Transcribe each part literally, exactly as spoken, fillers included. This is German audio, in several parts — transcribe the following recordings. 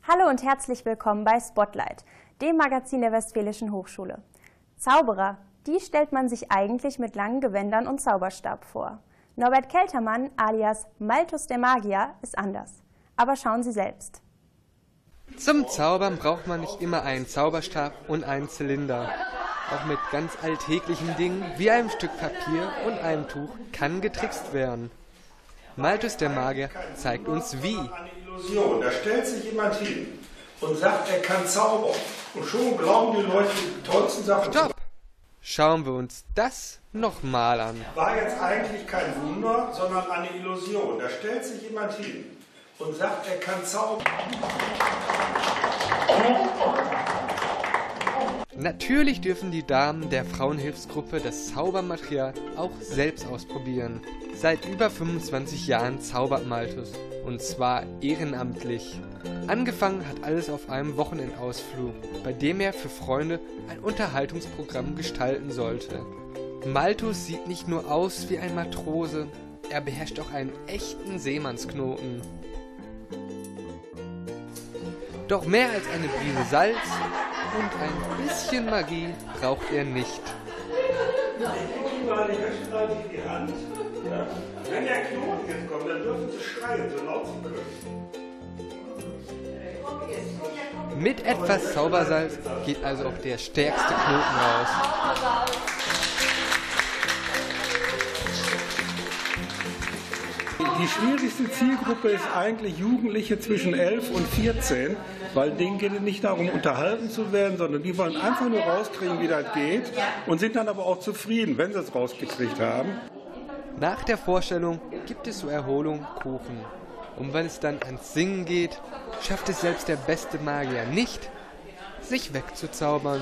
Hallo und herzlich willkommen bei Spotlight, dem Magazin der Westfälischen Hochschule. Zauberer, die stellt man sich eigentlich mit langen Gewändern und Zauberstab vor. Norbert Keltermann alias Malthus der Magier ist anders. Aber schauen Sie selbst. Zum Zaubern braucht man nicht immer einen Zauberstab und einen Zylinder. Auch mit ganz alltäglichen Dingen wie einem Stück Papier und einem Tuch kann getrickst werden. Malthus der Magier zeigt uns wie. Eine Illusion. Da stellt sich jemand hin und sagt, er kann zaubern. Und schon glauben die Leute die tollsten Sachen. Stopp! Schauen wir uns das nochmal an. War jetzt eigentlich kein Wunder, sondern eine Illusion. Da stellt sich jemand hin und sagt, er kann zaubern. Natürlich dürfen die Damen der Frauenhilfsgruppe das Zaubermaterial auch selbst ausprobieren. Seit über fünfundzwanzig Jahren zaubert Malthus, und zwar ehrenamtlich. Angefangen hat alles auf einem Wochenendausflug, bei dem er für Freunde ein Unterhaltungsprogramm gestalten sollte. Malthus sieht nicht nur aus wie ein Matrose, er beherrscht auch einen echten Seemannsknoten. Doch mehr als eine Prise Salz und ein bisschen Magie braucht er nicht. Wenn der Knoten jetzt kommt, dann dürfen Sie schreien, so laut Sie können. Mit etwas Zaubersalz geht also auch der stärkste Knoten raus. Die schwierigste Zielgruppe ist eigentlich Jugendliche zwischen elf und vierzehn, weil denen geht es nicht darum, unterhalten zu werden, sondern die wollen einfach nur rauskriegen, wie das geht und sind dann aber auch zufrieden, wenn sie es rausgekriegt haben. Nach der Vorstellung gibt es zur Erholung Kuchen. Und wenn es dann ans Singen geht, schafft es selbst der beste Magier nicht, sich wegzuzaubern.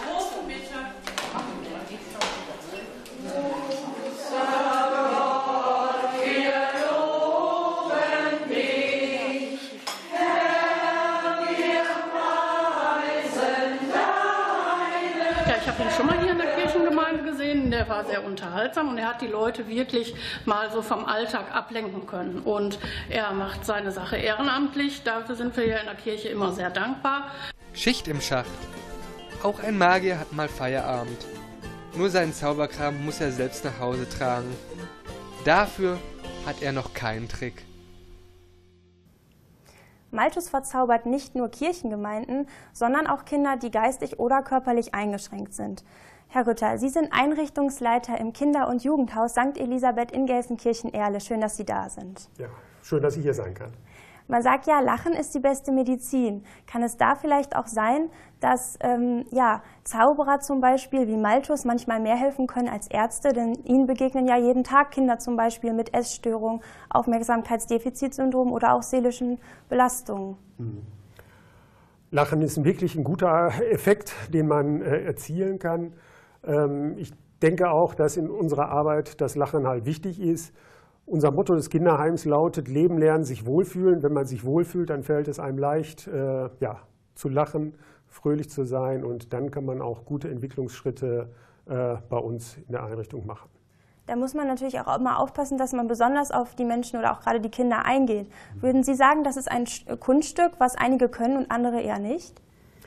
Ja, ich habe ihn schon mal hier in der Kirchengemeinde gesehen. Der war sehr unterhaltsam und er hat die Leute wirklich mal so vom Alltag ablenken können. Und er macht seine Sache ehrenamtlich. Dafür sind wir ja in der Kirche immer sehr dankbar. Schicht im Schacht. Auch ein Magier hat mal Feierabend. Nur seinen Zauberkram muss er selbst nach Hause tragen. Dafür hat er noch keinen Trick. Malthus verzaubert nicht nur Kirchengemeinden, sondern auch Kinder, die geistig oder körperlich eingeschränkt sind. Herr Rütter, Sie sind Einrichtungsleiter im Kinder- und Jugendhaus Sankt Elisabeth in Gelsenkirchen-Erle. Schön, dass Sie da sind. Ja, schön, dass ich hier sein kann. Man sagt ja, Lachen ist die beste Medizin. Kann es da vielleicht auch sein, dass ähm, ja, Zauberer zum Beispiel wie Malthus manchmal mehr helfen können als Ärzte? Denn ihnen begegnen ja jeden Tag Kinder zum Beispiel mit Essstörungen, Aufmerksamkeitsdefizitsyndrom oder auch seelischen Belastungen. Hm. Lachen ist wirklich ein guter Effekt, den man äh, erzielen kann. Ähm, ich denke auch, dass in unserer Arbeit das Lachen halt wichtig ist. Unser Motto des Kinderheims lautet, Leben lernen, sich wohlfühlen. Wenn man sich wohlfühlt, dann fällt es einem leicht, äh, ja, zu lachen, fröhlich zu sein. Und dann kann man auch gute Entwicklungsschritte äh, bei uns in der Einrichtung machen. Da muss man natürlich auch immer aufpassen, dass man besonders auf die Menschen oder auch gerade die Kinder eingeht. Würden Sie sagen, das ist ein Kunststück, was einige können und andere eher nicht?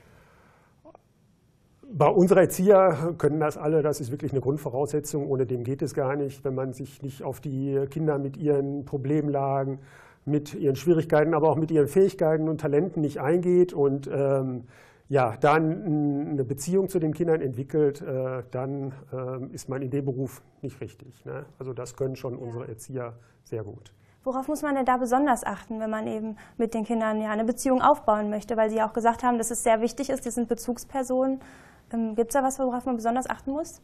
Bei unsere Erzieher können das alle, das ist wirklich eine Grundvoraussetzung, ohne dem geht es gar nicht, wenn man sich nicht auf die Kinder mit ihren Problemlagen, mit ihren Schwierigkeiten, aber auch mit ihren Fähigkeiten und Talenten nicht eingeht und ähm, ja, dann eine Beziehung zu den Kindern entwickelt, äh, dann äh, ist man in dem Beruf nicht richtig. Ne? Also das können schon unsere Erzieher sehr gut. Worauf muss man denn da besonders achten, wenn man eben mit den Kindern ja eine Beziehung aufbauen möchte? Weil Sie ja auch gesagt haben, dass es sehr wichtig ist, die sind Bezugspersonen. Ähm, Gibt es da was, worauf man besonders achten muss?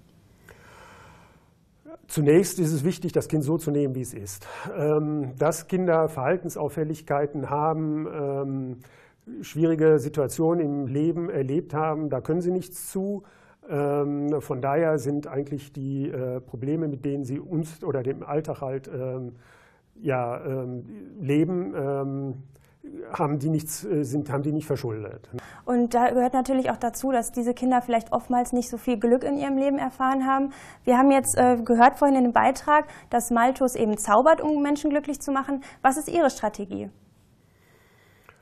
Zunächst ist es wichtig, das Kind so zu nehmen, wie es ist. Ähm, dass Kinder Verhaltensauffälligkeiten haben, ähm, schwierige Situationen im Leben erlebt haben, da können sie nichts zu. Ähm, von daher sind eigentlich die äh, Probleme, mit denen sie uns oder dem Alltag halt ähm, ja, ähm, leben, ähm, haben die, nichts, sind, haben die nicht verschuldet. Und da gehört natürlich auch dazu, dass diese Kinder vielleicht oftmals nicht so viel Glück in ihrem Leben erfahren haben. Wir haben jetzt äh, gehört vorhin in dem Beitrag, dass Malthus eben zaubert, um Menschen glücklich zu machen. Was ist Ihre Strategie?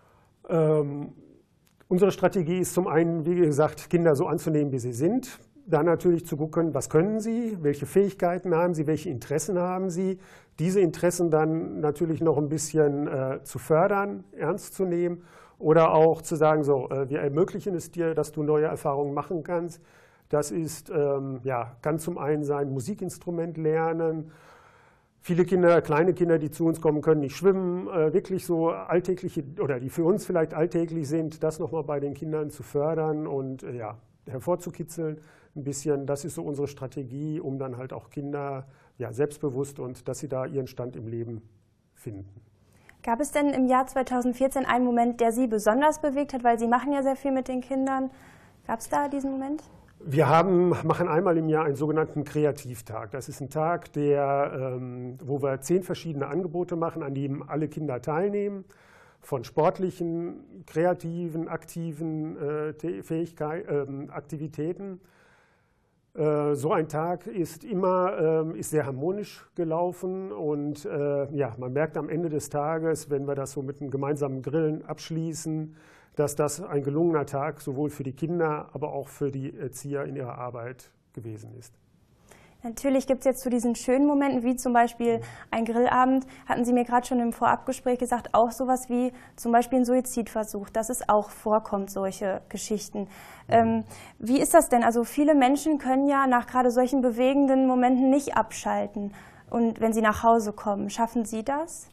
Ähm, unsere Strategie ist zum einen, wie gesagt, Kinder so anzunehmen, wie sie sind. Dann natürlich zu gucken, was können sie, welche Fähigkeiten haben sie, welche Interessen haben sie. Diese Interessen dann natürlich noch ein bisschen äh, zu fördern, ernst zu nehmen. Oder auch zu sagen, so, äh, wir ermöglichen es dir, dass du neue Erfahrungen machen kannst. Das ist, ähm, ja, kann zum einen sein, Musikinstrument lernen. Viele Kinder, kleine Kinder, die zu uns kommen, können nicht schwimmen. Äh, wirklich so alltägliche, oder die für uns vielleicht alltäglich sind, das nochmal bei den Kindern zu fördern und äh, ja, hervorzukitzeln. Ein bisschen, das ist so unsere Strategie, um dann halt auch Kinder ja, selbstbewusst und dass sie da ihren Stand im Leben finden. Gab es denn im Jahr zweitausendvierzehn einen Moment, der Sie besonders bewegt hat, weil Sie machen ja sehr viel mit den Kindern? Gab es da diesen Moment? Wir haben, machen einmal im Jahr einen sogenannten Kreativtag. Das ist ein Tag, der, ähm, wo wir zehn verschiedene Angebote machen, an dem alle Kinder teilnehmen. Von sportlichen, kreativen, aktiven äh, Fähigkeiten, äh, Aktivitäten. Äh, so ein Tag ist immer äh, ist sehr harmonisch gelaufen und äh, ja, man merkt am Ende des Tages, wenn wir das so mit einem gemeinsamen Grillen abschließen, dass das ein gelungener Tag sowohl für die Kinder, aber auch für die Erzieher in ihrer Arbeit gewesen ist. Natürlich gibt es jetzt zu diesen schönen Momenten, wie zum Beispiel ein Grillabend, hatten Sie mir gerade schon im Vorabgespräch gesagt, auch sowas wie zum Beispiel ein Suizidversuch, dass es auch vorkommt, solche Geschichten. Ähm, wie ist das denn? Also viele Menschen können ja nach gerade solchen bewegenden Momenten nicht abschalten. Und wenn sie nach Hause kommen, schaffen Sie das?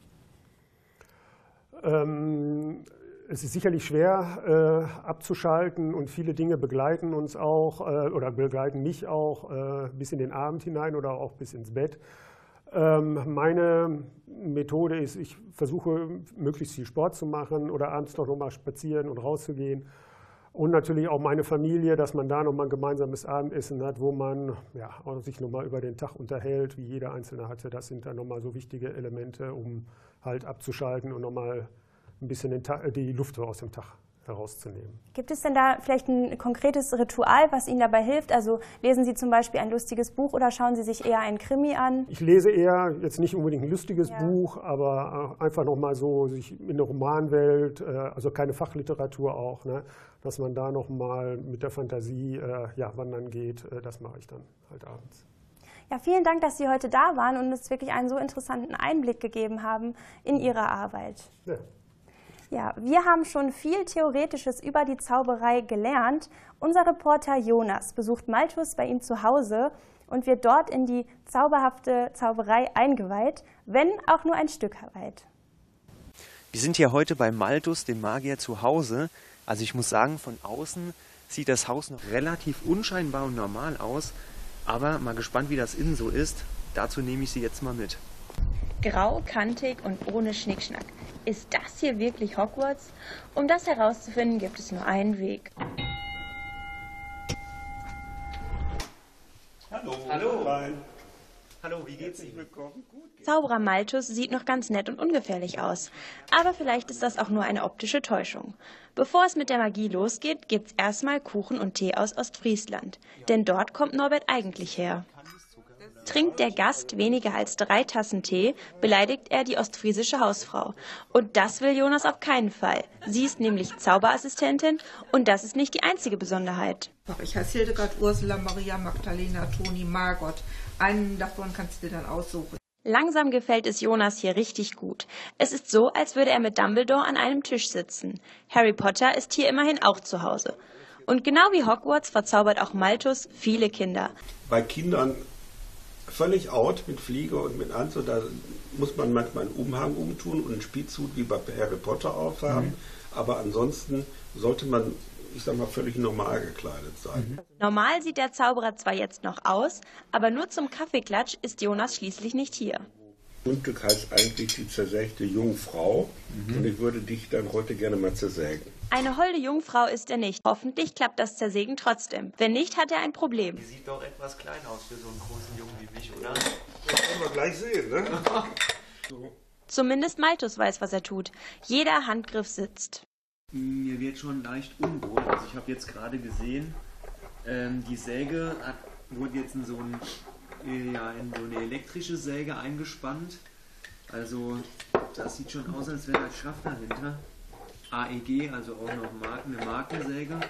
Ähm Es ist sicherlich schwer äh, abzuschalten und viele Dinge begleiten uns auch äh, oder begleiten mich auch äh, bis in den Abend hinein oder auch bis ins Bett. Ähm, meine Methode ist, ich versuche möglichst viel Sport zu machen oder abends noch mal spazieren und rauszugehen. Und natürlich auch meine Familie, dass man da noch mal ein gemeinsames Abendessen hat, wo man ja, auch sich noch mal über den Tag unterhält, wie jeder Einzelne hatte. Das sind dann noch mal so wichtige Elemente, um halt abzuschalten und noch mal ein bisschen den Tag, die Luft aus dem Tag herauszunehmen. Gibt es denn da vielleicht ein konkretes Ritual, was Ihnen dabei hilft? Also lesen Sie zum Beispiel ein lustiges Buch oder schauen Sie sich eher einen Krimi an? Ich lese eher jetzt nicht unbedingt ein lustiges ja. Buch, aber einfach noch mal so sich in der Romanwelt, also keine Fachliteratur auch, ne, dass man da noch mal mit der Fantasie ja, wandern geht, das mache ich dann halt abends. Ja, vielen Dank, dass Sie heute da waren und uns wirklich einen so interessanten Einblick gegeben haben in Ihre Arbeit. Ja. Ja, wir haben schon viel Theoretisches über die Zauberei gelernt. Unser Reporter Jonas besucht Malthus bei ihm zu Hause und wird dort in die zauberhafte Zauberei eingeweiht, wenn auch nur ein Stück weit. Wir sind hier heute bei Malthus, dem Magier, zu Hause. Also ich muss sagen, von außen sieht das Haus noch relativ unscheinbar und normal aus. Aber mal gespannt, wie das innen so ist. Dazu nehme ich Sie jetzt mal mit. Grau, kantig und ohne Schnickschnack. Ist das hier wirklich Hogwarts? Um das herauszufinden, gibt es nur einen Weg. Hallo. Hallo. Hallo. Hallo, wie geht's Ihnen? Zauberer Malthus sieht noch ganz nett und ungefährlich aus. Aber vielleicht ist das auch nur eine optische Täuschung. Bevor es mit der Magie losgeht, gibt's erstmal Kuchen und Tee aus Ostfriesland. Denn dort kommt Norbert eigentlich her. Trinkt der Gast weniger als drei Tassen Tee, beleidigt er die ostfriesische Hausfrau. Und das will Jonas auf keinen Fall. Sie ist nämlich Zauberassistentin und das ist nicht die einzige Besonderheit. Ich heiße Hildegard, Ursula, Maria, Magdalena, Toni, Margot. Einen davon kannst du dir dann aussuchen. Langsam gefällt es Jonas hier richtig gut. Es ist so, als würde er mit Dumbledore an einem Tisch sitzen. Harry Potter ist hier immerhin auch zu Hause. Und genau wie Hogwarts verzaubert auch Malthus viele Kinder. Bei Kindern völlig out mit Fliege und mit Anzug, da muss man manchmal einen Umhang umtun und einen Spitzhut wie bei Harry Potter aufhaben. Mhm. Aber ansonsten sollte man, ich sag mal, völlig normal gekleidet sein. Mhm. Normal sieht der Zauberer zwar jetzt noch aus, aber nur zum Kaffeeklatsch ist Jonas schließlich nicht hier. Mundstück heißt eigentlich die zersägte Jungfrau. Mhm. Und ich würde dich dann heute gerne mal zersägen. Eine holde Jungfrau ist er nicht. Hoffentlich klappt das Zersägen trotzdem. Wenn nicht, hat er ein Problem. Die sieht doch etwas klein aus für so einen großen Jungen wie mich, oder? Das können wir gleich sehen, ne? So. Zumindest Malthus weiß, was er tut. Jeder Handgriff sitzt. Mir wird schon leicht unwohl. Also ich habe jetzt gerade gesehen, ähm, die Säge hat, wurde jetzt in so, ein, ja, in so eine elektrische Säge eingespannt. Also das sieht schon aus, als wäre da Kraft dahinter. A E G, also auch noch Marken, eine Markensäge.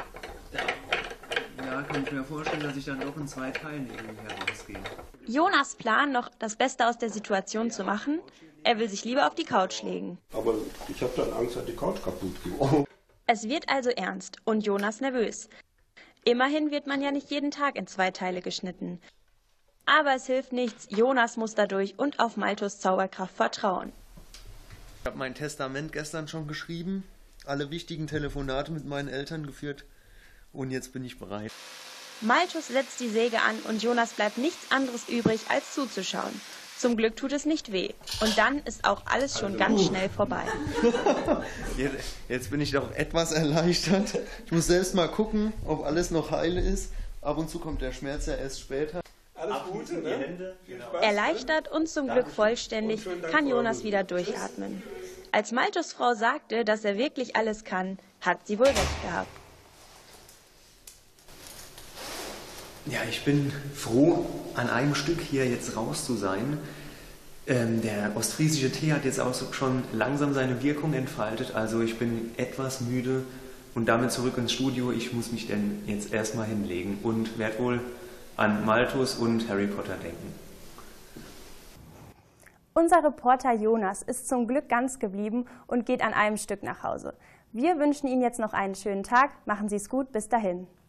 Ja, kann ich mir vorstellen, dass ich dann doch in zwei Teilen irgendwie herausgehe. Jonas Plan, noch das Beste aus der Situation zu machen, er will sich lieber auf die Couch legen. Aber ich habe dann Angst, dass die Couch kaputt geht. Oh. Es wird also ernst und Jonas nervös. Immerhin wird man ja nicht jeden Tag in zwei Teile geschnitten. Aber es hilft nichts, Jonas muss dadurch und auf Malthus Zauberkraft vertrauen. Ich habe mein Testament gestern schon geschrieben, alle wichtigen Telefonate mit meinen Eltern geführt und jetzt bin ich bereit. Malthus setzt die Säge an und Jonas bleibt nichts anderes übrig, als zuzuschauen. Zum Glück tut es nicht weh. Und dann ist auch alles schon ganz schnell vorbei. Jetzt bin ich doch etwas erleichtert. Ich muss selbst mal gucken, ob alles noch heile ist. Ab und zu kommt der Schmerz ja erst später. Alles Gute, ne? Erleichtert und zum Glück vollständig kann Jonas wieder durchatmen. Als Malthus Frau sagte, dass er wirklich alles kann, hat sie wohl recht gehabt. Ja, ich bin froh, an einem Stück hier jetzt raus zu sein. Ähm, der ostfriesische Tee hat jetzt auch schon langsam seine Wirkung entfaltet. Also ich bin etwas müde und damit zurück ins Studio. Ich muss mich denn jetzt erstmal hinlegen und werde wohl an Malthus und Harry Potter denken. Unser Reporter Jonas ist zum Glück ganz geblieben und geht an einem Stück nach Hause. Wir wünschen Ihnen jetzt noch einen schönen Tag. Machen Sie es gut. Bis dahin.